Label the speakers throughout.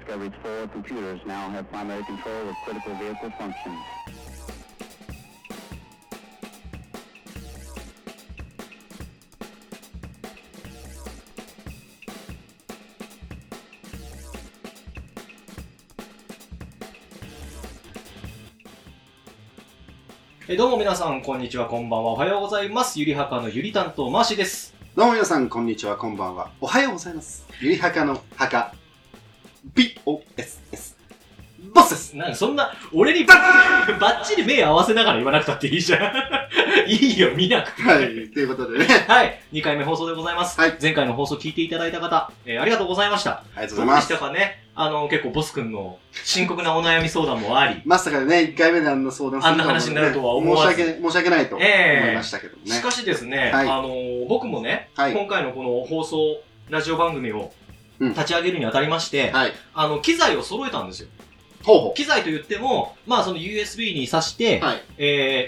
Speaker 1: Discovery's 4 computers now have primary control of critical vehicle functions.
Speaker 2: どうも皆さん、こんにちは、こんばんは、おはようございます。ゆりはかのゆり担当、マーシーです。
Speaker 3: どうも皆さん、こんにちは、こんばんは。おはようございます。ゆりはかのはか、BOSS。ボスです。
Speaker 2: なんかそんな、俺にバッチリ目合わせながら言わなくたっていいじゃん。いいよ、見なくて。
Speaker 3: はい、ということでね。
Speaker 2: はい、2回目放送でございます。
Speaker 3: はい。
Speaker 2: 前回の放送聞いていただいた方、ありがとうございました。
Speaker 3: ありがとうございます。
Speaker 2: どうでしたかね。結構ボス君の深刻なお悩み相談もあり。
Speaker 3: まさかね、1回目であんな相談する
Speaker 2: あんな話になるとは思わず。
Speaker 3: 申し訳ないと思いましたけどね。
Speaker 2: しかしですね、
Speaker 3: はい、
Speaker 2: 僕もね、はい、今回のこの放送、ラジオ番組を立ち上げるにあたりまして、はい、機材を揃えたんですよ。機材と言っても、まあその USB に挿して、はい、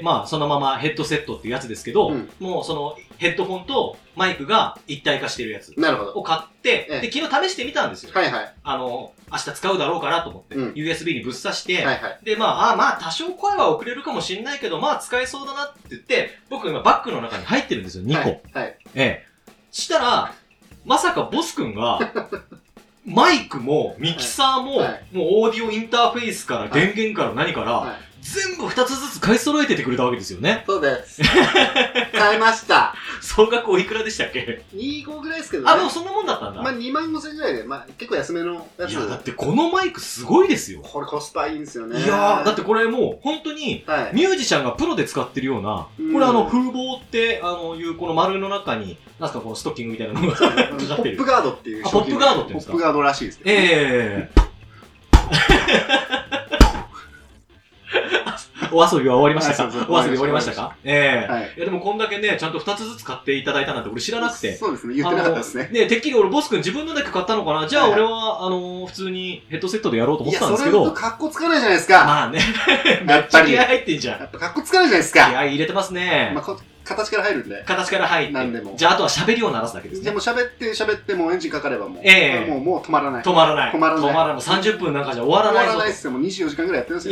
Speaker 2: まあそのままヘッドセットっていうやつですけど、もうそのヘッドホンとマイクが一体化してるやつを買って、で、昨日試してみたんですよ。はいはい。明日使うだろうかなと思って、USB にぶっ刺して、はいはい、で、まあ多少声は遅れるかもしれないけど、まあ使えそうだなって言って、僕今バッグの中に入ってるんですよ、2個。はい。はい、したら、まさかボス君が、マイクも、ミキサーも、もうオーディオインターフェースから、電源から何から、全部2つずつ買い揃えててくれたわけですよね。
Speaker 3: そうです。買いました。
Speaker 2: 総額おいくらでしたっけ
Speaker 3: ?25 ぐらいですけどね。
Speaker 2: あ、もうそんなもんだったんだ。
Speaker 3: まあ2万5千円ぐらいで、まあ結構安めのやつ。
Speaker 2: いや、だってこのマイクすごいですよ。
Speaker 3: これコスパいいんですよね。
Speaker 2: いやー、だってこれもう本当に、ミュージシャンがプロで使ってるような、これ風貌って、いうこの丸の中に、なんすかこのストッキングみたいなのがかかってる。
Speaker 3: ポップガードっていう。
Speaker 2: ポップガードって言うんですか？
Speaker 3: ポップガードらしいです
Speaker 2: ね。お遊びは終わりましたか？お遊び終わりましたか？いやでもこんだけね、ちゃんと2つずつ買っていただいたなんて俺知らなくて。
Speaker 3: そうですね、言ってなかったですね。
Speaker 2: ね、てっきり俺ボス君自分のだけ買ったのかな？じゃあ俺は、普通にヘッドセットでやろうと思ってたんですけど。
Speaker 3: いや、それだとカッコつかないじゃないですか。
Speaker 2: まあね。めっちゃ気合入ってんじゃん。
Speaker 3: やっぱカッコつかないじゃないですか。
Speaker 2: 気合入れてますね。
Speaker 3: まあ形から入るんで。
Speaker 2: 形から入って。なんでも。じゃああとは喋りを鳴らすだけですね。
Speaker 3: じゃあもう喋ってもうエンジンかかればもう。もう止まらない。
Speaker 2: 止まらない。30分なんかじゃ終わらないぞ。
Speaker 3: 終わらないっすよ。もう24時間ぐらいやってますよ。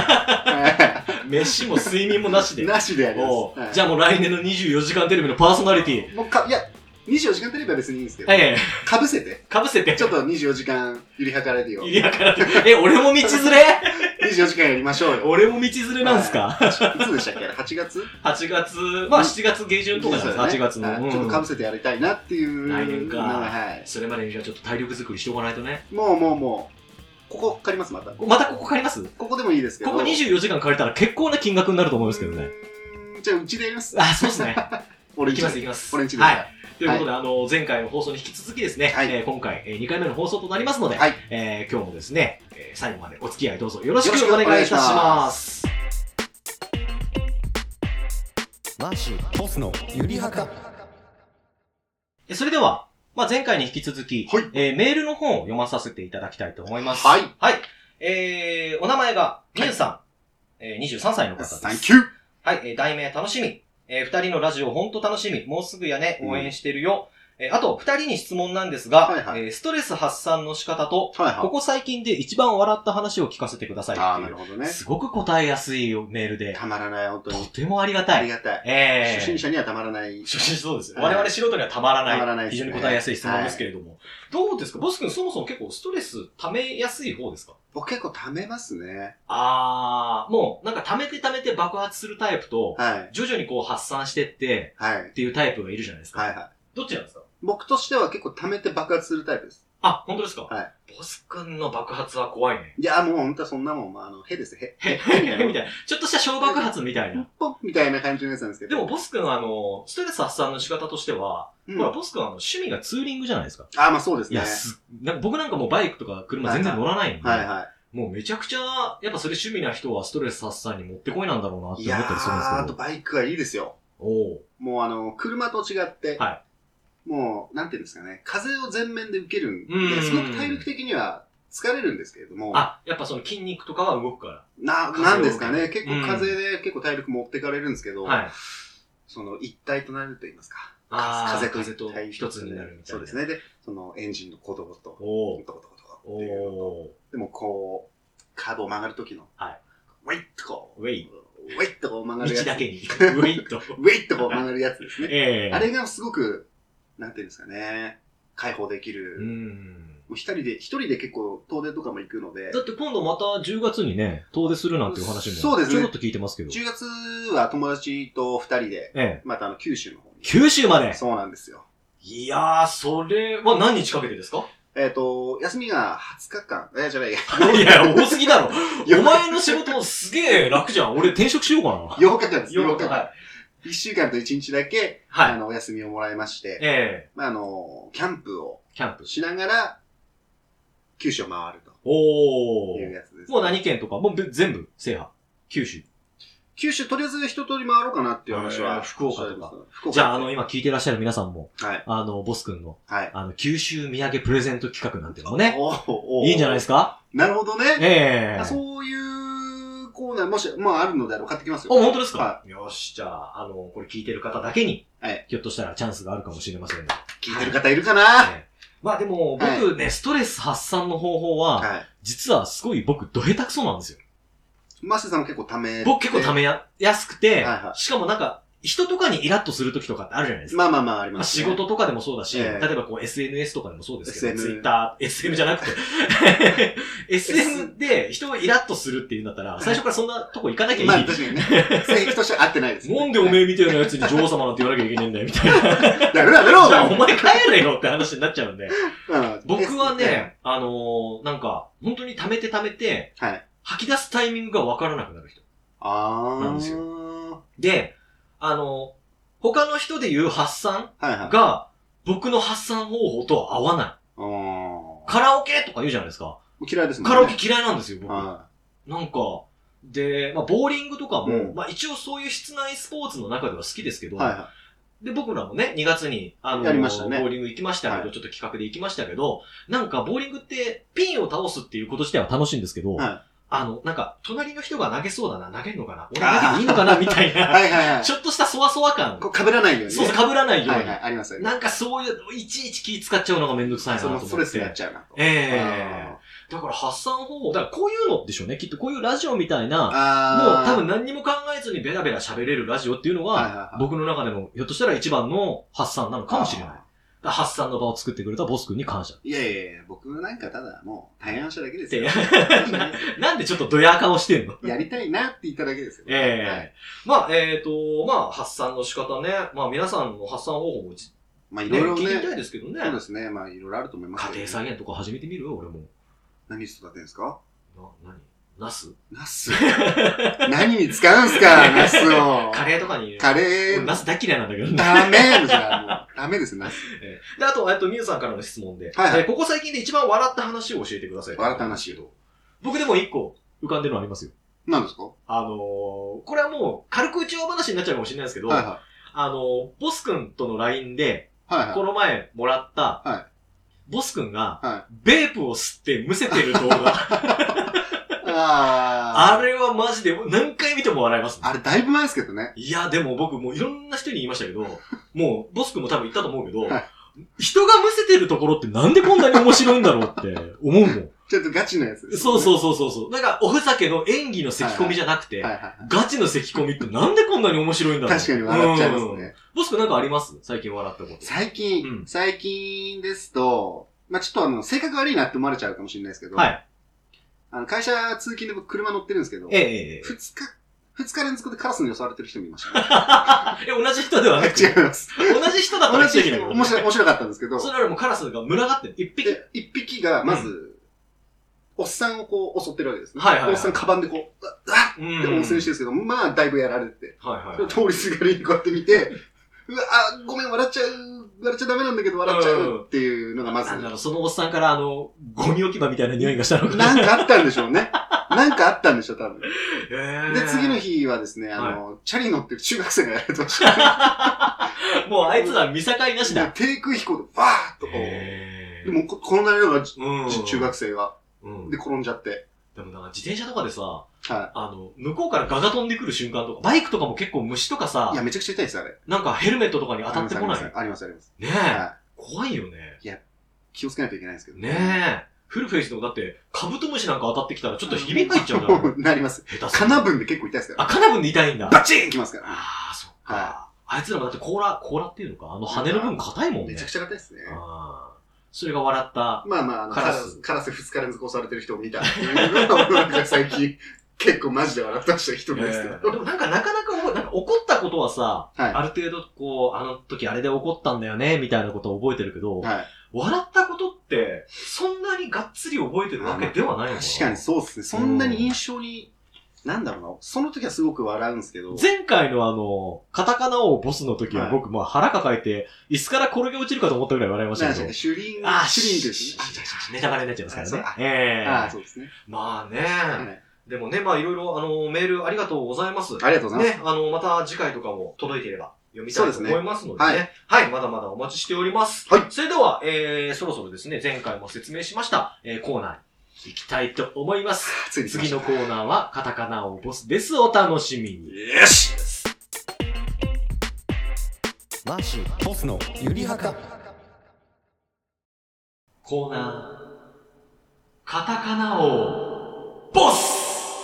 Speaker 2: 飯も睡眠もなしで。
Speaker 3: なしでやります。
Speaker 2: じゃあもう来年の24時間テレビのパーソナリティ。
Speaker 3: いや、24時間テレビは別にいいんですけど。かぶせて。ちょっと24時間ゆりはかレディオ。
Speaker 2: ゆりはかレディオ。俺も道連れ
Speaker 3: 24時間やりましょうよ。
Speaker 2: 俺も道連れなんすか？
Speaker 3: いつでしたっけ ?8 月
Speaker 2: ?8 月、まあ7月下旬とかじゃないですか、8月の。
Speaker 3: ちょっとかぶせてやりたいなっていう。
Speaker 2: 来年か。それまでにじゃあちょっと体力作りしておかないとね。
Speaker 3: もう。ここ借りますまた。
Speaker 2: またここ借ります？
Speaker 3: ここでもいいですけど。
Speaker 2: ここ24時間借りたら結構な金額になると思いますけどね。
Speaker 3: じゃあうちでやります。
Speaker 2: あ、そうですね。
Speaker 3: 行
Speaker 2: きます。
Speaker 3: 俺んちで。
Speaker 2: はい。ということで、前回の放送に引き続きですね、今回、2回目の放送となりますので、今日もですね、最後までお付き合いどうぞよろしくお願いいたします。
Speaker 4: マーシー、ボスのゆりはか。
Speaker 2: それでは、前回に引き続き、メールの方を読まさせていただきたいと思います。
Speaker 3: はい。
Speaker 2: お名前が、みゆさん、23歳の方です。
Speaker 3: Thank you!
Speaker 2: はい、題名楽しみ。二人のラジオほんと楽しみ。もうすぐやね、応援してるよ。あと、二人に質問なんですが、ストレス発散の仕方と、ここ最近で一番笑った話を聞かせてくださいっていう。
Speaker 3: なるほどね。
Speaker 2: すごく答えやすいメールで。
Speaker 3: たまらない、本当に。
Speaker 2: とてもありがたい。
Speaker 3: ありがたい。初心者にはたまらない。
Speaker 2: そうです。我々素人にはたまらない。
Speaker 3: たまらない。
Speaker 2: 非常に答えやすい質問ですけれども。どうですかボス君そもそも結構ストレス溜めやすい方ですか？
Speaker 3: 僕結構溜めますね。
Speaker 2: もうなんか溜めて爆発するタイプと、徐々にこう発散してって、っていうタイプがいるじゃないですか。どっちなんですか？
Speaker 3: 僕としては結構溜めて爆発するタイプです。
Speaker 2: あ、本当ですか？はい。ボス君の爆発は怖いね。
Speaker 3: いや、もう本当はそんなもん、へですよ、
Speaker 2: へみたいな。ちょっとした小爆発みたいな。
Speaker 3: ポッみたいな感じのやつなんですけど。
Speaker 2: でもボス君はストレス発散の仕方としては、ほら、ボス君は趣味がツーリングじゃないですか。
Speaker 3: まあそうですね。
Speaker 2: いや、僕なんかもうバイクとか車全然乗らないんで。もうめちゃくちゃ、やっぱそれ趣味な人はストレス発散にもってこいなんだろうなって思ったりするんですけど。
Speaker 3: あとバイクはいいですよ。もう車と違って、もう、なんていうんですかね、風を全面で受けるんで、すごく体力的には疲れるんですけれども。
Speaker 2: やっぱその筋肉とかは動くから。
Speaker 3: なんですかね、結構風で結構体力持ってかれるんですけど、その一体となると言いますか。風と一つになるみたいな。そうですね。で、そのエンジンの鼓動と、 っていうのと、でもこう、カーブを曲がるときの、
Speaker 2: はい。
Speaker 3: ウェイッとこう、
Speaker 2: ウェイ
Speaker 3: ッとこう曲がるやつ。
Speaker 2: 道だけに。ウェイッと。
Speaker 3: ウェイッとこう曲がるやつですね。あれがすごく、なんていうんですかね、解放できる。もう一人で結構遠出とかも行くので。
Speaker 2: だって今度また10月にね、遠出するなんていう話も
Speaker 3: そうですね。
Speaker 2: ちょろっと聞いてますけど。
Speaker 3: 10月は友達と二人で、また九州の方に。
Speaker 2: 九州まで
Speaker 3: そうなんですよ。
Speaker 2: いやー、それは何日かけてですか？
Speaker 3: 休みが20日間。じゃない。
Speaker 2: いや、多すぎだろ。お前の仕事すげえ楽じゃん。俺転職しようかな。
Speaker 3: 8日間です。
Speaker 2: 8日間。
Speaker 3: 1週間と1日だけ、お休みをもらいまして、キャンプをしながら、九州を回ると。いうやつです。
Speaker 2: もう何県とか、もう全部制覇。九州、
Speaker 3: とりあえず一通り回ろうかなっていう話は。
Speaker 2: 福岡とか。じゃあ、今聞いてらっしゃる皆さんも、ボス君の、九州土産プレゼント企画なんていうのもね、いいんじゃないですか？
Speaker 3: なるほどね。そういうコーナー、もし、あるのであれば買ってきますよ。
Speaker 2: 本当ですか？よし、じゃあ、これ聞いてる方だけに、ひょっとしたらチャンスがあるかもしれませんね。
Speaker 3: 聞いてる方いるかな？
Speaker 2: でも、僕ね、ストレス発散の方法は、実はすごい僕、ど下手くそなんですよ。
Speaker 3: マスさんも結構
Speaker 2: 僕結構ためやすくて、しかもなんか、人とかにイラッとするときとかってあるじゃないですか。
Speaker 3: あります。
Speaker 2: 仕事とかでもそうだし、例えばこう SNS とかでもそうですけど、Twitter、SM じゃなくて、SM で人をイラッとするっていうんだったら、最初からそんなとこ行かなきゃいい。
Speaker 3: 確かにね。性癖として合ってないです。
Speaker 2: なんでおめえみたいなやつに女王様なんて言わなきゃいけねえんだよ、みたいな。
Speaker 3: やめろ
Speaker 2: じゃあお前帰れよって話になっちゃうんで。僕はね、なんか、本当に溜めて、吐き出すタイミングがわからなくなる人。なんですよ。で、他の人で言う発散が、僕の発散方法とは合わない。カラオケとか言うじゃないですか。
Speaker 3: 嫌いですね。
Speaker 2: カラオケ嫌いなんですよ、僕。なんか、で、ボーリングとかも、一応そういう室内スポーツの中では好きですけど、で、僕らもね、2月に、
Speaker 3: やりましたね。
Speaker 2: ボーリング行きましたけど、ちょっと企画で行きましたけど、なんか、ボーリングって、ピンを倒すっていうこと自体は楽しいんですけど、なんか、隣の人が投げそうだな、投げんのかな、俺投げていいのかなみたいな、ちょっとしたそわそわ感。
Speaker 3: 被らないように。
Speaker 2: そう、被らないように。
Speaker 3: ありますよね。
Speaker 2: なんかそういう、いちいち気使っちゃうのがめんどくさいなと思って。
Speaker 3: ストレスになっちゃうな。
Speaker 2: だから発散方法、だからこういうのでしょうね。きっとこういうラジオみたいな、もう多分何にも考えずにベラベラ喋れるラジオっていうのは、僕の中でもひょっとしたら一番の発散なのかもしれない。発散の場を作ってくれたボス君に感謝。
Speaker 3: いや、僕なんかただもう提案しただけですよ。
Speaker 2: なんでちょっとドヤ顔してんの？
Speaker 3: やりたいなって言っただけですよ。
Speaker 2: 発散の仕方ね。皆さんの発散方法も
Speaker 3: いろいろね。
Speaker 2: 聞いてみたいですけどね。
Speaker 3: そうですね。いろいろあると思います。
Speaker 2: 家庭菜園とか始めてみるよ、俺も。
Speaker 3: 何育てるんですか？
Speaker 2: ナス
Speaker 3: 何に使うんすかナスを。
Speaker 2: カレーとかに。ナス大嫌いなんだけどね。
Speaker 3: ダメじゃあもう。ダメです、ナス。
Speaker 2: で、あと、ミュウさんからの質問で。ここ最近で一番笑った話を教えてください。
Speaker 3: 笑った話。
Speaker 2: 僕でも一個浮かんでるのありますよ。
Speaker 3: 何ですか？
Speaker 2: これはもう、軽く打ち話になっちゃうかもしれないですけど、ボス君との LINE で、この前もらった、ボス君が、ベープを吸ってむせてる動画。あれはマジで何回見ても笑います、ね。
Speaker 3: あれだいぶ前ですけどね。
Speaker 2: いや、でも僕もういろんな人に言いましたけど、もうボス君も多分言ったと思うけど、人がむせてるところってなんでこんなに面白いんだろうって思うもん。
Speaker 3: ちょっとガチのやつです、
Speaker 2: ね。そう。なんかおふざけの演技の咳込みじゃなくて、ガチの咳込みってなんでこんなに面白いんだろう。
Speaker 3: 確かに笑っちゃいますね。
Speaker 2: ボス君なんかあります？最近笑ったこと。
Speaker 3: 最近ですと、ちょっと性格悪いなって思われちゃうかもしれないですけど、会社通勤で僕車乗ってるんですけど、2日連続でカラスに襲われてる人もいましたね。
Speaker 2: 同じ人ではなくて
Speaker 3: 違います。
Speaker 2: 同じ人だったら違う。
Speaker 3: 面白かったんですけど、
Speaker 2: それよりもカラスが群がってる。
Speaker 3: 一匹が、まず、おっさんをこう襲ってるわけですね。おっさんカバンでこう、って応戦してるんですけど、だいぶやられて、通りすがりにこうやって見て、ごめん、笑っちゃダメなんだけど笑っちゃうっていうのがまず。
Speaker 2: そのおっさんからゴミ置き場みたいな匂いがしたのか
Speaker 3: な。なんかあったんでしょうね。多分。で、次の日はですね、チャリ乗ってる中学生がやられてました。
Speaker 2: もうあいつら見境なしだ。
Speaker 3: 低空飛行でバーッとこう。でも、このなような中学生が。で、転んじゃって。
Speaker 2: でも自転車とかでさ、向こうからガが飛んでくる瞬間とか、バイクとかも結構虫とかさ、
Speaker 3: いや、めちゃくちゃ痛いです、あれ。
Speaker 2: なんかヘルメットとかに当たってこない？
Speaker 3: あります。
Speaker 2: ねえ。怖いよね。
Speaker 3: いや、気をつけないといけないんですけど。
Speaker 2: ねえ。 フルフェイスの、だって、カブトムシなんか当たってきたらちょっとひび入っちゃうじゃん。
Speaker 3: なります。
Speaker 2: 下手
Speaker 3: カナブンで結構痛いですから。
Speaker 2: あ、カナブンで痛いんだ。
Speaker 3: バチーンきますから。
Speaker 2: ああ、そっか。はい。あいつらもだって甲羅っていうのか羽の部分硬いもんね。
Speaker 3: めちゃくちゃ硬いですね。
Speaker 2: それが笑った。
Speaker 3: まあ、カラス2日連続襲われてる人を見たっていうのが、なんか最近、結構マジで笑った人一人ですけど。
Speaker 2: でもなんかなかなか怒ったことはさ、ある程度こう、あの時あれで怒ったんだよね、みたいなことを覚えてるけど、笑ったことって、そんなにがっつり覚えてるわけではないのかな。
Speaker 3: 確かにそうですね。そんなに印象に、なんだろうな。その時はすごく笑うんですけど。
Speaker 2: 前回のカタカナ王ボスの時は僕、腹抱えて、椅子から転げ落ちるかと思ったぐらい笑いましたけど。
Speaker 3: シュリングですね。
Speaker 2: ネタバレになっちゃいますからね。
Speaker 3: そうですね。
Speaker 2: まあね。でもね、まあいろいろメールありがとうございます。
Speaker 3: ありがとうございます。
Speaker 2: ね、また次回とかも届いていれば読みたいと思いますのでね。はい。まだまだお待ちしております。はい。それでは、そろそろですね、前回も説明しました、コーナーに行きたいと思います。次のコーナーは、カタカナ王ボスです。お楽しみに。よし！
Speaker 4: マーシー、ボスのゆりはか。
Speaker 2: コーナー、カタカナ王ボス！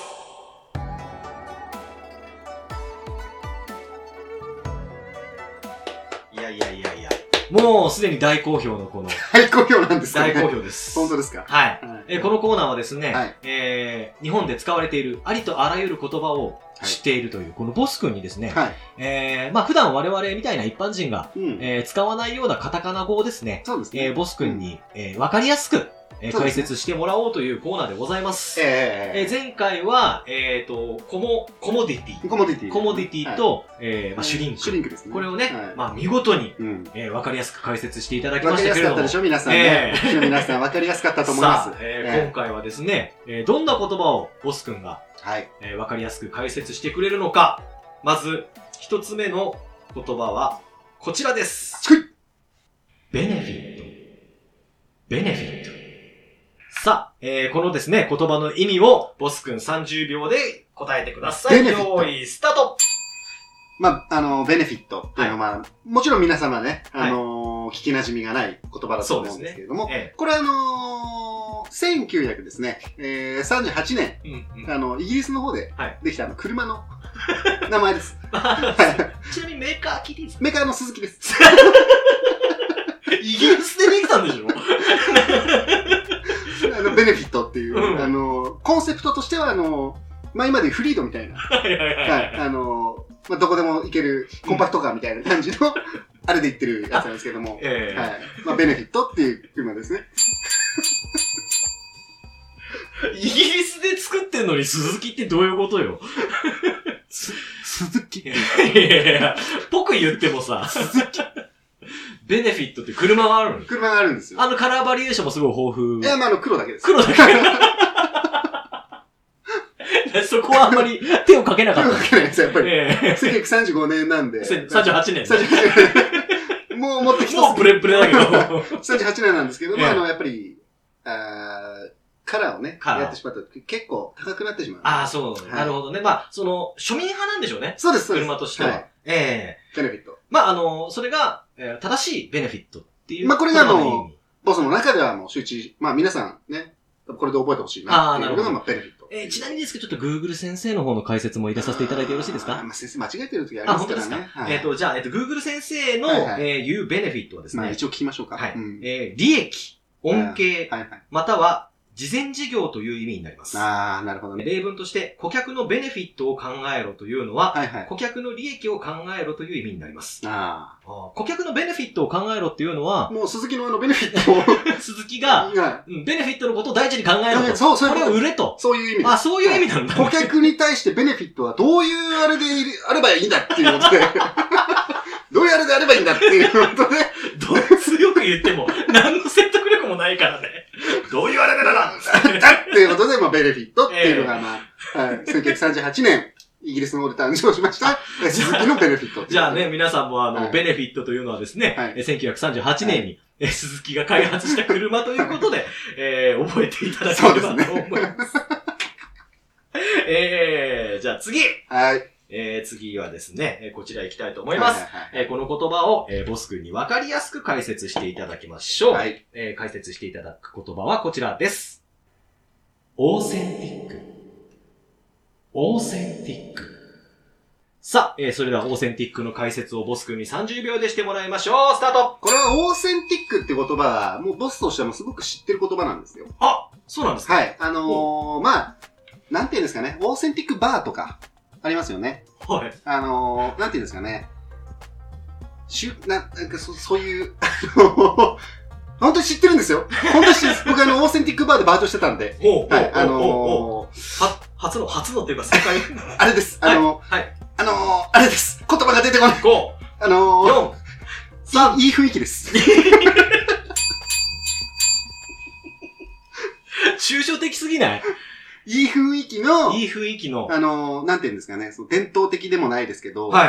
Speaker 2: もうすでに大好評のこの。
Speaker 3: 大好評なんですかね。
Speaker 2: 大好評です。
Speaker 3: 本当ですか？
Speaker 2: はい。このコーナーはですね、日本で使われているありとあらゆる言葉を知っているという、このボス君にですね、まあ普段我々みたいな一般人が、使わないようなカタカナ語をですね、ボス君に、わかりやすく、解説してもらおうというコーナーでございます。前回は、コモディティと、シュリンク。
Speaker 3: シュリンクですね。
Speaker 2: これをね、まあ見事に、わかりやすく解説していただきましたけれども。
Speaker 3: わかりやすかったでしょ皆さんね。皆さんわかりやすかったと思います。
Speaker 2: 今回はですね、どんな言葉をボス君が、わかりやすく解説してくれるのか。まず、一つ目の言葉は、こちらです。ベネフィット。ベネフィット。さあ、このですね、言葉の意味を、ボス君30秒で答えてください。用意、スタート！
Speaker 3: まあ、ベネフィットっていうのは、もちろん皆様ね、聞き馴染みがない言葉だと思うんですけれども、これ1900ですね、38年、イギリスの方でできた車の名前です。
Speaker 2: ちなみにメーカー聞いていいですか？
Speaker 3: メーカーの鈴木です。
Speaker 2: イギリスでできたんでしょ？
Speaker 3: ベネフィットっていう、コンセプトとしては、まあ、今でフリードみたいな。まあ、どこでも行けるコンパクトカーみたいな感じの、あれで言ってるやつなんですけども。まあ、ベネフィットっていう車ですね。
Speaker 2: イギリスで作ってんのに鈴木ってどういうことよ？
Speaker 3: 鈴木って。
Speaker 2: 僕言ってもさ、ベネフィットって車があるの？
Speaker 3: 車があるんですよ。
Speaker 2: カラーバリエーションもすごい豊富。
Speaker 3: いや、まあ、黒だけです。
Speaker 2: 黒だけそこはあんまり手をかけなかった。
Speaker 3: 手をかけないですよ、やっぱり。1935年なんで。
Speaker 2: 38年。
Speaker 3: もう持ってきた。
Speaker 2: もうブレブレだけど。
Speaker 3: 38年なんですけども、やっぱり、カラーをね、やってしまったと結構高くなってしまう。
Speaker 2: ああ、そう。なるほどね。まあ、庶民派なんでしょうね。
Speaker 3: そうです、そうです。
Speaker 2: 車としては。
Speaker 3: ベネフィット。
Speaker 2: まあ、それが、正しいベネフィットっていう。
Speaker 3: まあ、これがボスの中ではもう周知、まあ皆さんね、これで覚えてほしいなっていうのが、まあ、ベネフィット。
Speaker 2: ちなみにですけど、ちょっと Google 先生の方の解説も入れさせていただいてよろしいですか？
Speaker 3: まあ、先生間違えてる時ありますからね。
Speaker 2: 本当ですか？じゃあ、Google 先生の、言うベネフィットはですね。
Speaker 3: まあ、一応聞きましょうか。
Speaker 2: はい。利益、恩恵、または、慈善事業という意味になります。
Speaker 3: ああ、なるほどね。
Speaker 2: 例文として、顧客のベネフィットを考えろというのは、顧客の利益を考えろという意味になります。顧客のベネフィットを考えろっていうのは、
Speaker 3: もう鈴木のベネフィットを
Speaker 2: 鈴木が、ベネフィットのことを大事に考えろと。
Speaker 3: そう、
Speaker 2: これを売れと。
Speaker 3: そういう意味です。
Speaker 2: あ、そういう意味なんだ。
Speaker 3: 顧客に対してベネフィットはどういうあれであればいいんだっていうことで、どういうあれであればいいんだっていうことで、
Speaker 2: どう強く言っても、何の説得力もないからね。どういうあれでだ
Speaker 3: っていうことで、まあ、ベネフィットっていうのが、まあ、1938年、イギリスの方で誕生しました、鈴木のベネフィット。
Speaker 2: じゃあね、皆さんもベネフィットというのはですね、1938年に、鈴木が開発した車ということで、覚えていただければと思います。じゃあ次。
Speaker 3: はい。
Speaker 2: 次はですね、こちら行きたいと思います。この言葉を、ボス君に分かりやすく解説していただきましょう。はい。解説していただく言葉はこちらです。オーセンティック。オーセンティック。さあ、それではオーセンティックの解説をボス君に30秒でしてもらいましょう。スタート。
Speaker 3: これはオーセンティックって言葉は、もうボスとしてもすごく知ってる言葉なんですよ。
Speaker 2: あ、そうなんですか？
Speaker 3: はい。まあ、なんていうんですかね、オーセンティックバーとか、ありますよね。
Speaker 2: はい。
Speaker 3: なんていうんですかね、なんかそういう、本当に知ってるんですよ。本当に知ってるんです。僕オーセンティックバーでバイトしてたんで。はい。
Speaker 2: 初のっていうか正解。
Speaker 3: あれです。はい。あれです。言葉が出てこない。
Speaker 2: 5、4、3。
Speaker 3: いい雰囲気です。
Speaker 2: 抽象的すぎない？
Speaker 3: いい雰囲気の、なんていうんですかね、伝統的でもないですけど、はい。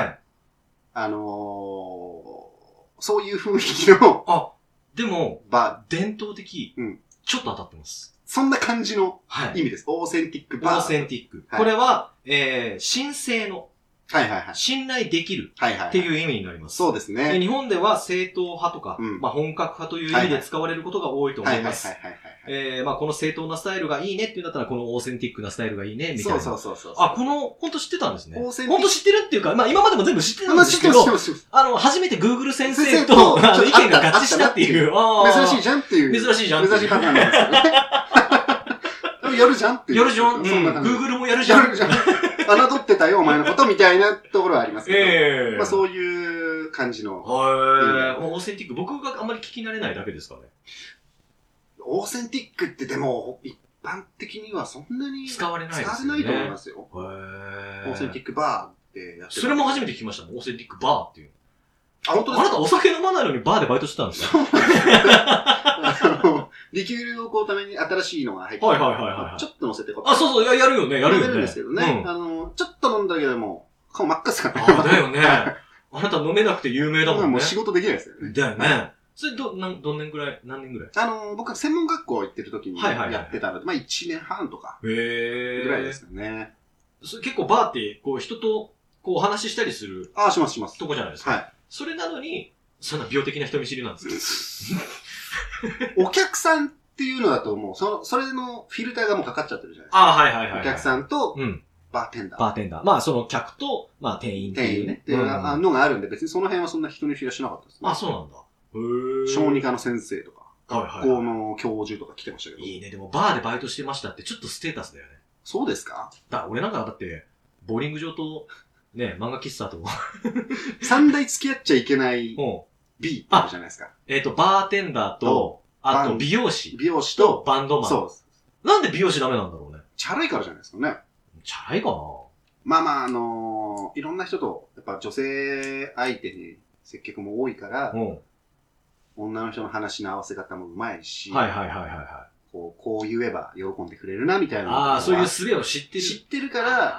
Speaker 3: そういう雰囲気の、
Speaker 2: でも、伝統的、ちょっと当たってます。
Speaker 3: そんな感じの意味です。オーセンティックバー。
Speaker 2: オーセンティック。これは、神聖の、信頼できるっていう意味になります。
Speaker 3: そうですね。
Speaker 2: 日本では正統派とか、本格派という意味で使われることが多いと思います。この正統なスタイルがいいねっていうんだったら、このオーセンティックなスタイルがいいね、みたいな。そう。本当知ってたんですね。本当知ってるっていうか、今までも全部知ってたんですけど、初めて Google 先生と意見が合致したっていう。
Speaker 3: 珍しいじゃんっていう。
Speaker 2: 珍しいパターンなんですよね。
Speaker 3: やるじゃんっていう。
Speaker 2: やるじゃん。Google もやるじゃん。
Speaker 3: 侮ってたよ、お前のことみたいなところはありますけど。そういう感じの。
Speaker 2: オーセンティック、僕があんまり聞き慣れないだけですかね。
Speaker 3: オーセンティックってでも、一般的にはそんなに
Speaker 2: 使われないですよね。
Speaker 3: 使われないと思いますよ。オーセンティックバーってやってる。
Speaker 2: それも初めて聞きましたね。オーセンティックバーっていう。
Speaker 3: 本当ですか？
Speaker 2: あなたお酒飲まないのにバーでバイトしてたんですか？
Speaker 3: リキュールを買うために新しいのが入ってちょっと乗せて
Speaker 2: そう、やるよね。
Speaker 3: やるんですけどね。ちょっと飲んだだけでも、顔真っ赤っすから
Speaker 2: ね。だよね。あなた飲めなくて有名だもんね。
Speaker 3: もう仕事できないですよね。
Speaker 2: だよね。それ何年ぐらい
Speaker 3: 僕は専門学校行ってる時にやってたので、1年半とか。ぐらいですよね。
Speaker 2: それ結構バーって、人と、お話ししたりする。
Speaker 3: します。
Speaker 2: とこじゃないですか。はい。それなのに、そんな病的な人見知りなんです
Speaker 3: お客さんっていうのだともう、それのフィルターがもうかかっちゃってるじゃないですか。お客さんと、バーテンダ
Speaker 2: ー。その客と、店員っていうね。
Speaker 3: っていうのがあるんで、別にその辺はそんな人見知りはしなかったですね。
Speaker 2: そうなんだ。
Speaker 3: 小児科の先生とか、学校の教授とか来てましたけど。
Speaker 2: いいね。でもバーでバイトしてましたってちょっとステータスだよね。
Speaker 3: そうですか？
Speaker 2: 俺なんかだって、ボーリング場と、ね、漫画喫茶と。
Speaker 3: 三大付き合っちゃいけない B ってあるじゃないですか。
Speaker 2: バーテンダーと、あと美容師。
Speaker 3: 美容師と
Speaker 2: バンドマン。そう。なんで美容師ダメなんだろうね。
Speaker 3: チャラいからじゃないですかね。
Speaker 2: チャラいか
Speaker 3: な？いろんな人と、やっぱ女性相手に接客も多いから、女の人の話の合わせ方もうまいし、こう言えば喜んでくれるな、みたいな。
Speaker 2: そういう術を知ってる
Speaker 3: から、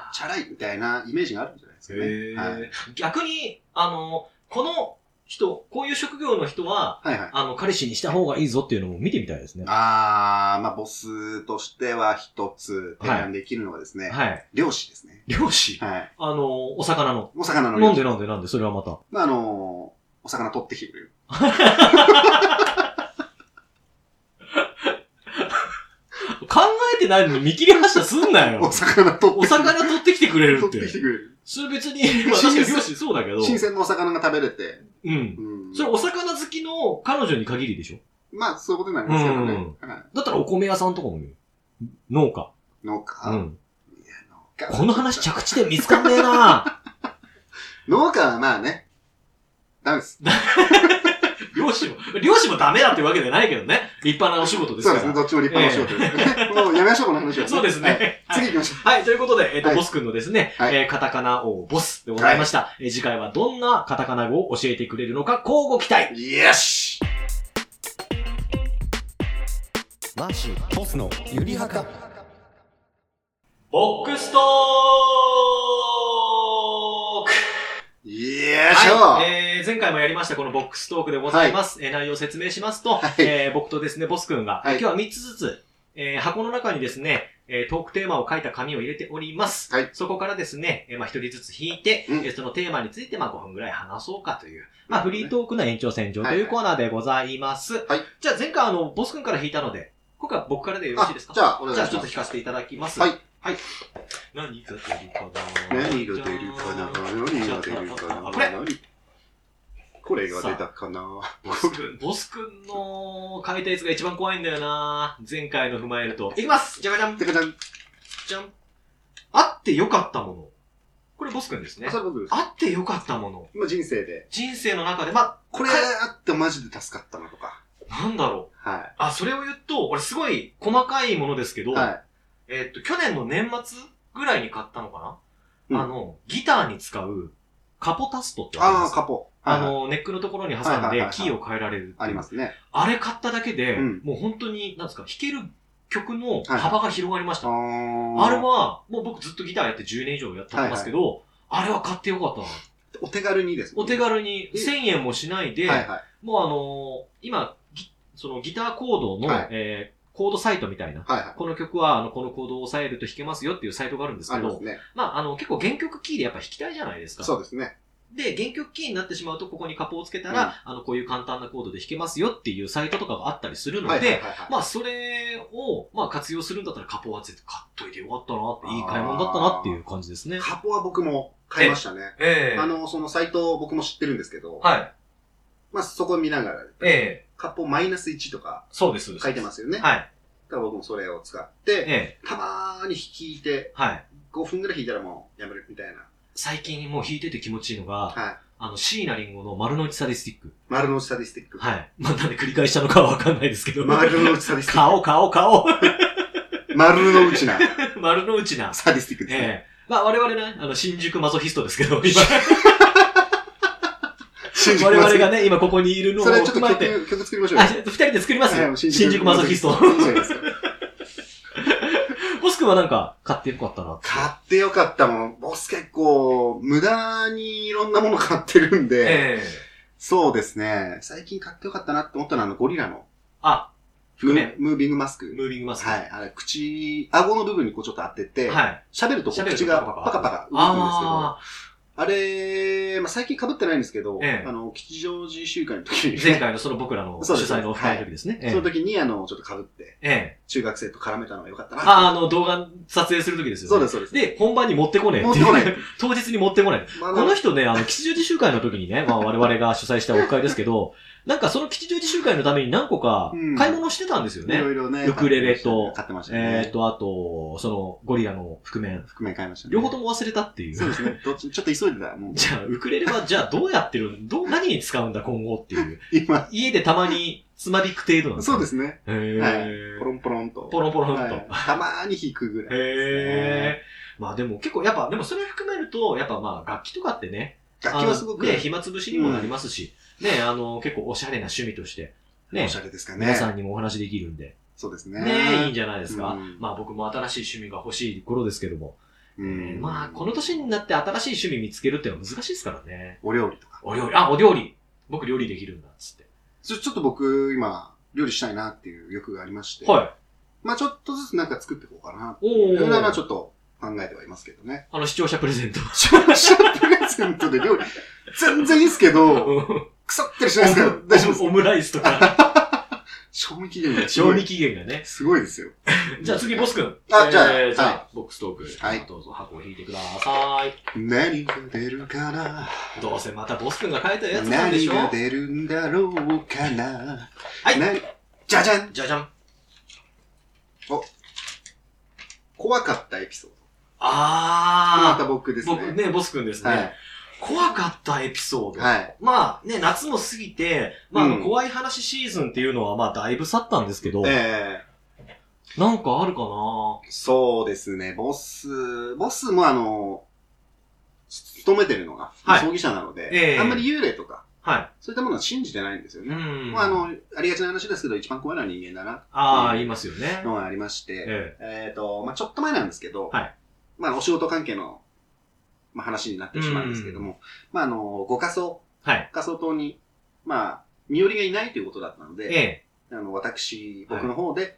Speaker 3: チャラいみたいなイメージがあるんじゃないですかね。
Speaker 2: 逆に、この人、こういう職業の人は、彼氏にした方がいいぞっていうのも見てみたいですね。
Speaker 3: ボスとしては一つ提案できるのはですね、漁師ですね。
Speaker 2: 漁師？お魚の。なんでそれはまた。
Speaker 3: お魚取ってきてくれる。
Speaker 2: 考えてないのに見切り発車すんなよ。
Speaker 3: お魚取
Speaker 2: ってきてくれるって。
Speaker 3: 取ってきてくれる。
Speaker 2: それ別に、確かに漁師そうだけど。
Speaker 3: 新鮮なお魚が食べれて。
Speaker 2: それお魚好きの彼女に限りでしょ？
Speaker 3: そういうことになりますけどね。
Speaker 2: だったらお米屋さんとかもいい。農家。この話着地点見つかんねえな
Speaker 3: 農家はね、ダメです。
Speaker 2: 漁師もダメだってわけじゃないけどね。立派なお仕事ですから。
Speaker 3: そうですね。どっちも立派なお仕事ですね。もうやめましょう、この話は。
Speaker 2: そうですね。
Speaker 3: 次行きましょう。
Speaker 2: はい、ということで、ボス君のですね、カタカナ王ボスでございました。次回はどんなカタカナ語を教えてくれるのか、乞うご期待。
Speaker 3: よし！
Speaker 4: マーシー、ボスのゆりはか。
Speaker 2: ボックストーク！前回もやりましたこのボックストークでございます。内容を説明しますと、僕とですね、ボス君が、今日は3つずつ、 箱の中にですね、トークテーマを書いた紙を入れております。
Speaker 3: はい。
Speaker 2: そこからですね、一人ずつ引いて、そのテーマについて5分ぐらい話そうかという、フリートークの延長線上というコーナーでございます。
Speaker 3: はい。
Speaker 2: じゃあ前回ボス君から引いたので、今回は僕からでよろしいですか？
Speaker 3: じゃあ、お願いします。
Speaker 2: じゃあちょっと引かせていただきます。
Speaker 3: はい。
Speaker 2: はい。何が出るかな？
Speaker 3: 何が出るかな？何が出るかな？これが出たかな？
Speaker 2: ボス君の書いたやつが一番怖いんだよな。前回の踏まえると。いきます！じゃがじゃん！じゃがじゃん！じゃん！あってよかったもの。これボス君ですね。
Speaker 3: それ僕です。
Speaker 2: あってよかったもの。
Speaker 3: 今人生で。
Speaker 2: 人生の中で、
Speaker 3: これあってマジで助かったのとか。
Speaker 2: なんだろ
Speaker 3: う。はい。
Speaker 2: それを言うと、俺すごい細かいものですけど、
Speaker 3: はい。
Speaker 2: 去年の年末ぐらいに買ったのかな、ギターに使うカポタストってあります。
Speaker 3: カポ。
Speaker 2: ネックのところに挟んでキーを変えられる。
Speaker 3: ありますね。
Speaker 2: あれ買っただけで、もう本当に、なんですか、弾ける曲の幅が広がりました。あれは、もう僕ずっとギターやって10年以上やってますけど、あれは買ってよかったな。
Speaker 3: お手軽にですね。
Speaker 2: お手軽に1000円もしないで、もう今、そのギターコードの、コードサイトみたいな。この曲は、このコードを押さえると弾けますよっていうサイトがあるんですけど、結構原曲キーでやっぱ弾きたいじゃないですか。
Speaker 3: そうですね。
Speaker 2: で、原曲キーになってしまうと、ここにカポをつけたら、こういう簡単なコードで弾けますよっていうサイトとかがあったりするので、それを、活用するんだったらカポは絶対買っといてよかったなって、いい買い物だったなっていう感じですね。
Speaker 3: カポは僕も買いましたね。そのサイト僕も知ってるんですけど、そこ見ながら、カポ-1とか、書いてますよね。だから僕もそれを使って、たまーに弾いて、5分ぐらい弾いたらもうやめるみたいな。
Speaker 2: 最近もう弾いてて気持ちいいのが、椎名林檎の丸の内サディスティック。
Speaker 3: 丸の内サディスティック。
Speaker 2: なんで繰り返したのかはわかんないですけど。
Speaker 3: 丸の内サディスティック。
Speaker 2: 顔
Speaker 3: 丸の内な。
Speaker 2: 丸の内な。
Speaker 3: サディスティックですね。
Speaker 2: 我々ね、新宿マゾヒストですけど、今。我々がね、今ここにいるのを
Speaker 3: 踏まえて。曲作りましょうよ。
Speaker 2: 二人で作りますよ。新宿マゾヒスト。ボス君はなんか、買ってよかったな。
Speaker 3: 買ってよかったもの。ボス結構、無駄にいろんなもの買ってるんで、そうですね。最近買ってよかったなって思ったのは、ゴリラの。ムービングマスク。顎の部分にこうちょっと当てて、喋ると口がパカパカ動くんですけど、あれ、最近被ってないんですけど、吉祥寺集会の時に、
Speaker 2: 前回のその僕らの主催のオフ会の時ですね。
Speaker 3: その時にちょっと被って、中学生と絡めたのが良かったな。
Speaker 2: 動画撮影する時ですよね。
Speaker 3: そうです。
Speaker 2: で、本番に持ってこねえ。持ってこない。当日に持ってこない。この人ね、吉祥寺集会の時にね、我々が主催したオフ会ですけど、なんかその吉祥寺集会のために何個か買い物してたんですよね。
Speaker 3: いろいろね。
Speaker 2: ウクレレと、
Speaker 3: 買ってましたね。
Speaker 2: あと、そのゴリラの覆面。
Speaker 3: 覆面買いましたね。
Speaker 2: 両方とも忘れたっていう。
Speaker 3: そうですね。ちょっと急いでた。
Speaker 2: じゃあ、ウクレレはじゃあどうやってる何に使うんだ今後っていう。今。家でたまにつまびく程度なんですか？
Speaker 3: そうですね。ポロンポロンと。
Speaker 2: ポロンポロンと。
Speaker 3: たまーに弾くぐらい。
Speaker 2: でも結構やっぱ、でもそれ含めると、やっぱ楽器とかってね。
Speaker 3: 楽器はすごく。
Speaker 2: ね、暇つぶしにもなりますし。ね、結構おしゃれな趣味として。ね。
Speaker 3: おしゃれですかね。
Speaker 2: 皆さんにもお話できるんで。
Speaker 3: そうですね。
Speaker 2: ね、いいんじゃないですか。僕も新しい趣味が欲しい頃ですけども。この年になって新しい趣味見つけるってのは難しいですからね。
Speaker 3: お料理とか。
Speaker 2: お料理。僕料理できるんだ、つって。
Speaker 3: ちょっと僕、今、料理したいなっていう欲がありまして。ちょっとずつなんか作っていこうかなっていうのはちょっと考えてはいますけどね。
Speaker 2: 視聴者プレゼント。
Speaker 3: 視聴者プレゼントで料理、全然いいっすけど、腐ってるしないですか？大丈夫です。
Speaker 2: オムライスとか。
Speaker 3: 賞味期限が。
Speaker 2: 賞味期限がね。
Speaker 3: すごいですよ。
Speaker 2: じゃあ次、ボス君。
Speaker 3: じゃあ、
Speaker 2: ボックストーク。どうぞ箱を引いてください。
Speaker 3: 何が出るかな？
Speaker 2: どうせまたボス君が書いたやつなんでしょ？
Speaker 3: 何が出るんだろうかな？
Speaker 2: はい。
Speaker 3: じゃじゃん！
Speaker 2: じゃじゃん。
Speaker 3: 怖かったエピソード。
Speaker 2: ま
Speaker 3: た僕ですね。
Speaker 2: 僕ね、ボス君ですね。怖かったエピソード。夏も過ぎて、怖い話シーズンっていうのはだいぶ去ったんですけど、なんかあるかな？
Speaker 3: そうですね、ボスも勤めてるのが、葬儀社なので、あんまり幽霊とか、そういったものは信じてないんですよね。ありがちな話ですけど、一番怖いのは人間だな。
Speaker 2: 言いますよね。
Speaker 3: のがありまして、ちょっと前なんですけど、お仕事関係の、話になってしまうんですけども、ご仮装、仮装棟に、身寄りがいないということだったので、僕の方で、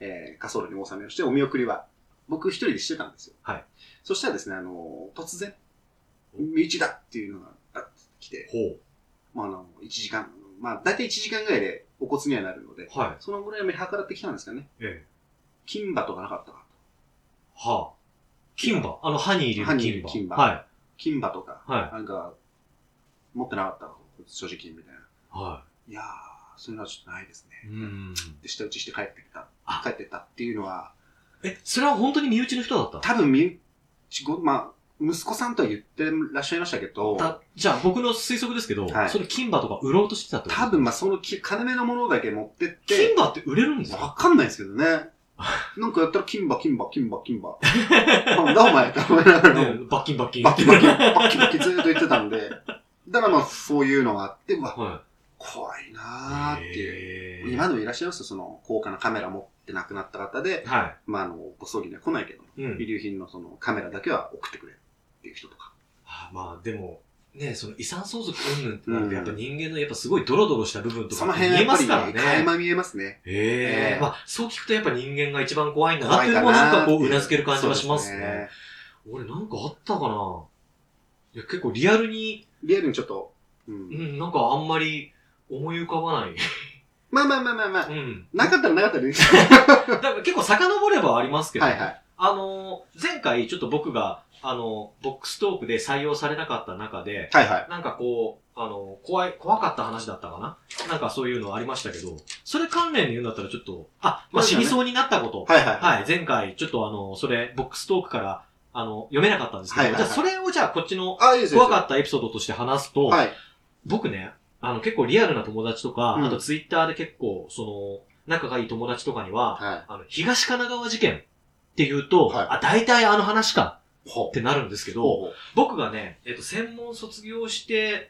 Speaker 3: 滑走路にお納めをして、お見送りは、僕一人でしてたんですよ。
Speaker 2: はい。
Speaker 3: そしたらですね、突然、身内だっていうのが来て、まあ1時間、まあ大体1時間ぐらいでお骨にはなるので、はい。そのぐらい見計らってきたんですかね。金馬とかなかったか
Speaker 2: と。はあ。金馬歯に入れる
Speaker 3: 金馬。はい。金馬とか、はい。なんか、持ってなかったか、所持金みたいな。はい。いやー、そういうのはちょっとないですね。で、下打ちして帰ってったっていうのは。
Speaker 2: それは本当に身内の人だった？
Speaker 3: 多分まあ、息子さんとは言ってらっしゃいましたけど。
Speaker 2: じゃあ僕の推測ですけど、はい、それ金馬とか売ろうとしてたってこと？
Speaker 3: 多分まあその金目のものだけ持ってって。
Speaker 2: 金馬って売れるんですか？
Speaker 3: わかんないですけどね。なんかやったら金馬。なんだお前って思いながら。
Speaker 2: バッキン。ず
Speaker 3: ーっと言ってたんで。だからまあそういうのがあって、怖いなーっていう。今でもいらっしゃいますよ、その高価なカメラ持って亡くなった方で、はい、まあご葬儀には来ないけども、遺留品のそのカメラだけは送ってくれるっていう人とか。
Speaker 2: まあでも、ね、その遺産相続云々ってなると、やっぱ人間のやっぱすごいドロドロした部分とか見えますからね。
Speaker 3: 垣間見えますね。
Speaker 2: まあそう聞くとやっぱ人間が一番怖いんだなっていうのもなんかこう頷ける感じがしますね。俺なんかあったかな？いや結構リアルに
Speaker 3: ちょっと、
Speaker 2: なんかあんまり思い浮かばない。
Speaker 3: まあ。なかったらでいい。
Speaker 2: だから結構遡ればありますけど、はいはい。前回ちょっと僕が、ボックストークで採用されなかった中で、はいはい。なんかこう、怖かった話だったかな？なんかそういうのありましたけど、それ関連で言うんだったらちょっと、まあ、死にそうになったこと。はいはい。はい。前回ちょっとそれ、ボックストークから、読めなかったんですけど、はいはいはい、じゃあそれをじゃあこっちの怖かったエピソードとして話すと、はい、僕ね、結構リアルな友達とか、あとツイッターで結構、仲がいい友達とかには、はい、東神奈川事件って言うと、はい、大体話かってなるんですけど、僕がね、専門卒業して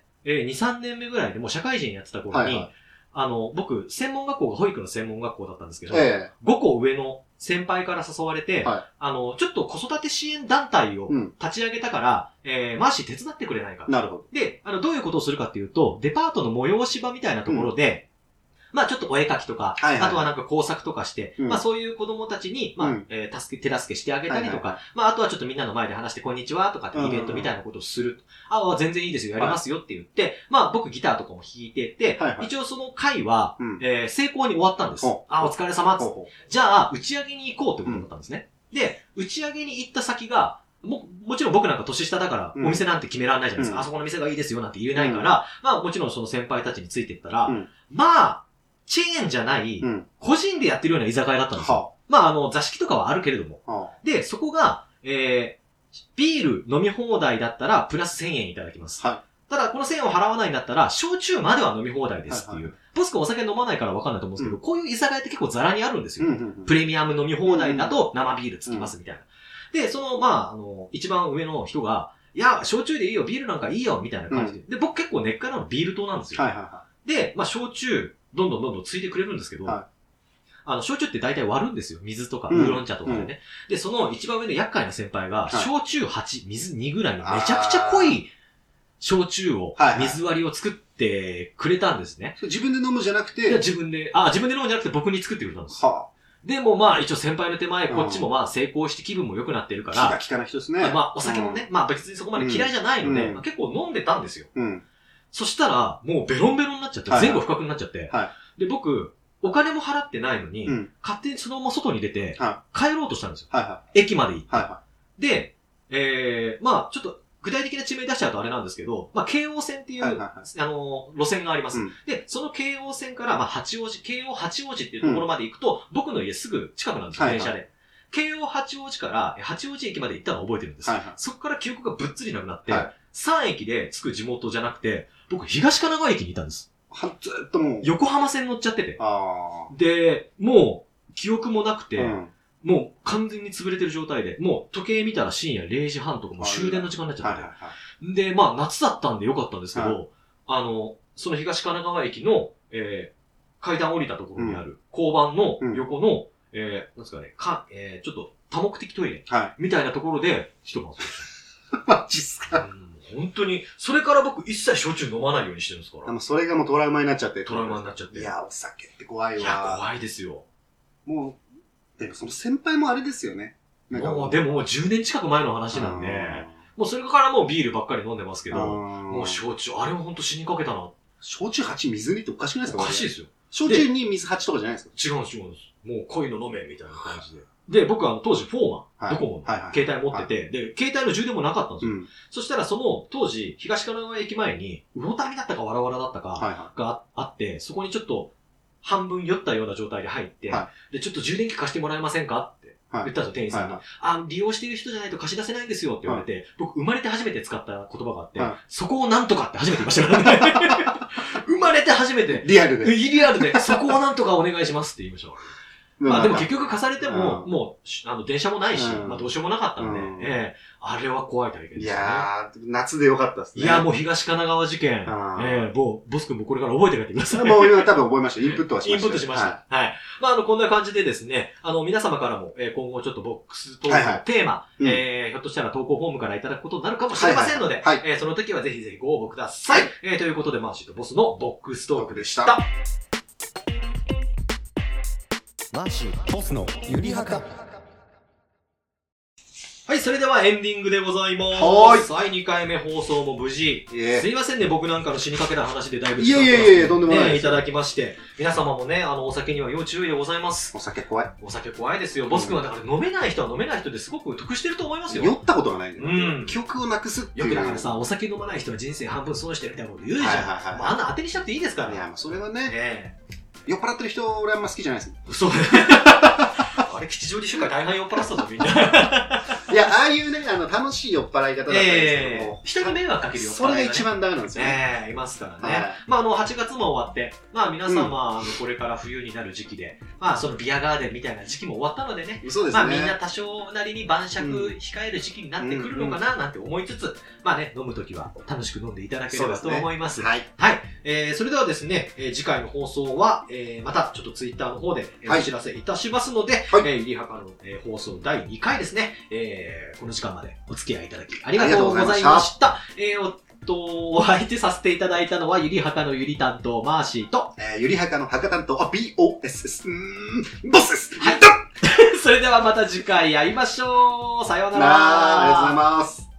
Speaker 2: 、2、3年目ぐらいでもう社会人やってた頃に、はいはい、僕、専門学校が保育の専門学校だったんですけど、5個上の先輩から誘われて、はい、ちょっと子育て支援団体を立ち上げたから、マーシー手伝ってくれないか。
Speaker 3: なるほど。
Speaker 2: で、どういうことをするかっていうと、デパートの催し場みたいなところで、まあちょっとお絵描きとか、はいはい、あとはなんか工作とかして、まあそういう子供たちに、まあ、手助けしてあげたりとか、まああとはちょっとみんなの前で話してこんにちはとかってイベントみたいなことをする。全然いいですよ、やりますよって言って、まあ僕ギターとかも弾いてて、一応その会は、成功に終わったんです。お疲れ様っつって。じゃあ、打ち上げに行こうってことだったんですね。で、打ち上げに行った先が、もちろん僕なんか年下だから、お店なんて決められないじゃないですか。あそこの店がいいですよなんて言えないから、まあもちろんその先輩たちについていったら、まあ、チェーンじゃない、個人でやってるような居酒屋だったんですよ。まあ座敷とかはあるけれども。で、そこが、ビール飲み放題だったら、プラス1000円いただきます。ただ、この1000円を払わないんだったら、焼酎までは飲み放題ですっていう。ボス君お酒飲まないからわかんないと思うんですけど、こういう居酒屋って結構ザラにあるんですよ。プレミアム飲み放題だと生ビールつきますみたいな。で、一番上の人が、いや、焼酎でいいよ、ビールなんかいいよ、みたいな感じで。で、僕結構根っからのビール党なんですよ。で、まあ、焼酎、どんどんついてくれるんですけど、焼酎って大体割るんですよ。水とか、ウーロン茶とかでね。で、その一番上の厄介な先輩が、焼酎8、水2ぐらいのめちゃくちゃ濃い焼酎を、水割りを作ってくれたんですね。
Speaker 3: 自分で飲むじゃなくて？
Speaker 2: いや、自分で飲むんじゃなくて僕に作ってくれたんです。でもまあ一応先輩の手前、こっちもまあ成功して気分も良くなってるから。
Speaker 3: 気が利かない人ですね。
Speaker 2: まあお酒もね、まあ別にそこまで嫌いじゃないので、結構飲んでたんですよ。そしたら、もうベロンベロンになっちゃって、前後不覚になっちゃって、で、僕、お金も払ってないのに、勝手にそのまま外に出て、帰ろうとしたんですよ。駅まで行って。で、まあちょっと、具体的な地名出しちゃうとあれなんですけど、まあ、京王線っていう、路線があります。で、その京王線から、まあ、京王八王子っていうところまで行くと、僕の家すぐ近くなんですよ、電車で。京王八王子から八王子駅まで行ったのを覚えてるんです。そこから記憶がぶっつりなくなって、3駅で着く地元じゃなくて、僕、東神奈川駅にいたんです。
Speaker 3: ずっともう。
Speaker 2: 横浜線乗っちゃってて。で、もう、記憶もなくて、もう完全に潰れてる状態で、もう時計見たら深夜0時半とかもう終電の時間になっちゃってて。で、まあ夏だったんでよかったんですけど、その東神奈川駅の、階段降りたところにある交番の横の、なんですかね、ちょっと多目的トイレみたいなところで人が遊んで
Speaker 3: た。マジっすか。
Speaker 2: 本当に、それから僕一切焼酎飲まないようにしてるんですから。
Speaker 3: それがもうトラウマになっちゃって。
Speaker 2: トラウマになっちゃって。
Speaker 3: いや、お酒って怖いわ。
Speaker 2: いや、怖いですよ。
Speaker 3: もう、 でもその先輩もあれですよね。
Speaker 2: なんかもう10年近く前の話なんで、もうそれからもうビールばっかり飲んでますけど、もう焼酎、あれはほんと死にかけたな。
Speaker 3: 焼酎8水にっておかしくないですか？
Speaker 2: おかしいですよ。
Speaker 3: 焼酎に水8とかじゃないですか？
Speaker 2: 違うんです。もう濃いの飲め、みたいな感じで。で、僕は当時フォーマン、ドコモの携帯持ってて、で、携帯の充電もなかったんですよ。そしたらその当時、東神奈川駅前に、魚民だったかわらわらだったかがあって、そこにちょっと半分酔ったような状態で入って、で、ちょっと充電器貸してもらえませんかって言ったんですよ、店員さんに。利用している人じゃないと貸し出せないんですよって言われて、僕生まれて初めて使った言葉があって、そこをなんとかって初めて言いましたからね。生まれて初めて。
Speaker 3: リアルで。
Speaker 2: リアルで、そこをなんとかお願いしますって言いました。まあでも結局貸されても、もう、電車もないし、まあどうしようもなかったんで、あれは怖い体験ですね。
Speaker 3: いやー、夏でよかったですね。
Speaker 2: いや、もう東神奈川事件、ボス君もこれから覚えて帰ってください。
Speaker 3: もう今多分覚えました。インプットはしました。
Speaker 2: インプットしました。はい。まあこんな感じでですね、皆様からも、今後ちょっとボックストークのテーマ、ひょっとしたら投稿フォームからいただくことになるかもしれませんので、その時はぜひぜひご応募ください。ということで、マーシーとボスのボックストークでした。
Speaker 4: マーシー、ボスのゆりはか。
Speaker 2: はい、それではエンディングでございます。はい、2回目放送も無事。すいませんね、僕なんかの死にかけた話でだいぶ時間
Speaker 3: とんでもない。
Speaker 2: いただきまして。皆様もね、お酒には要注意でございます。
Speaker 3: お酒怖い。
Speaker 2: お酒怖いですよ。ボス君はだから飲めない人は飲めない人ですごく得してると思いますよ。
Speaker 3: 酔ったことがないんだよ。記憶をなくすっていう。
Speaker 2: よくだからさ、お酒飲まない人は人生半分損してるみたいなこと言うじゃん。あんな当てにしなくていいですからね。
Speaker 3: いや、それはね。酔っ払ってる人、俺あんま好きじゃないです。
Speaker 2: そうだね。あれ、吉祥寺集会大半酔っ払ってたぞ、みんな。
Speaker 3: いや、ああいうね、楽しい酔っ払い方だったんですけども。
Speaker 2: 人に迷惑かける酔っ払い。
Speaker 3: それが一番ダメなんですよね。
Speaker 2: いますからね。まあ、8月も終わって、まあ、皆様、これから冬になる時期で、まあ、そのビアガーデンみたいな時期も終わったのでね。
Speaker 3: そうですね。
Speaker 2: まあ、みんな多少なりに晩酌控える時期になってくるのかな、なんて思いつつ、まあね、飲むときは楽しく飲んでいただければと思います。はい。はい。それではですね、次回の放送は、またちょっとツイッターの方でお知らせいたしますので、ゆりはかの放送第2回ですね、この時間までお付き合いいただきありがとうございました。お相手させていただいたのは、ゆりはかのゆり担当、マーシーと、
Speaker 3: ゆりはかのはか担当、BOSS、ボスです。
Speaker 2: はい。それではまた次回会いましょう。さようなら。
Speaker 3: ありがとうございます。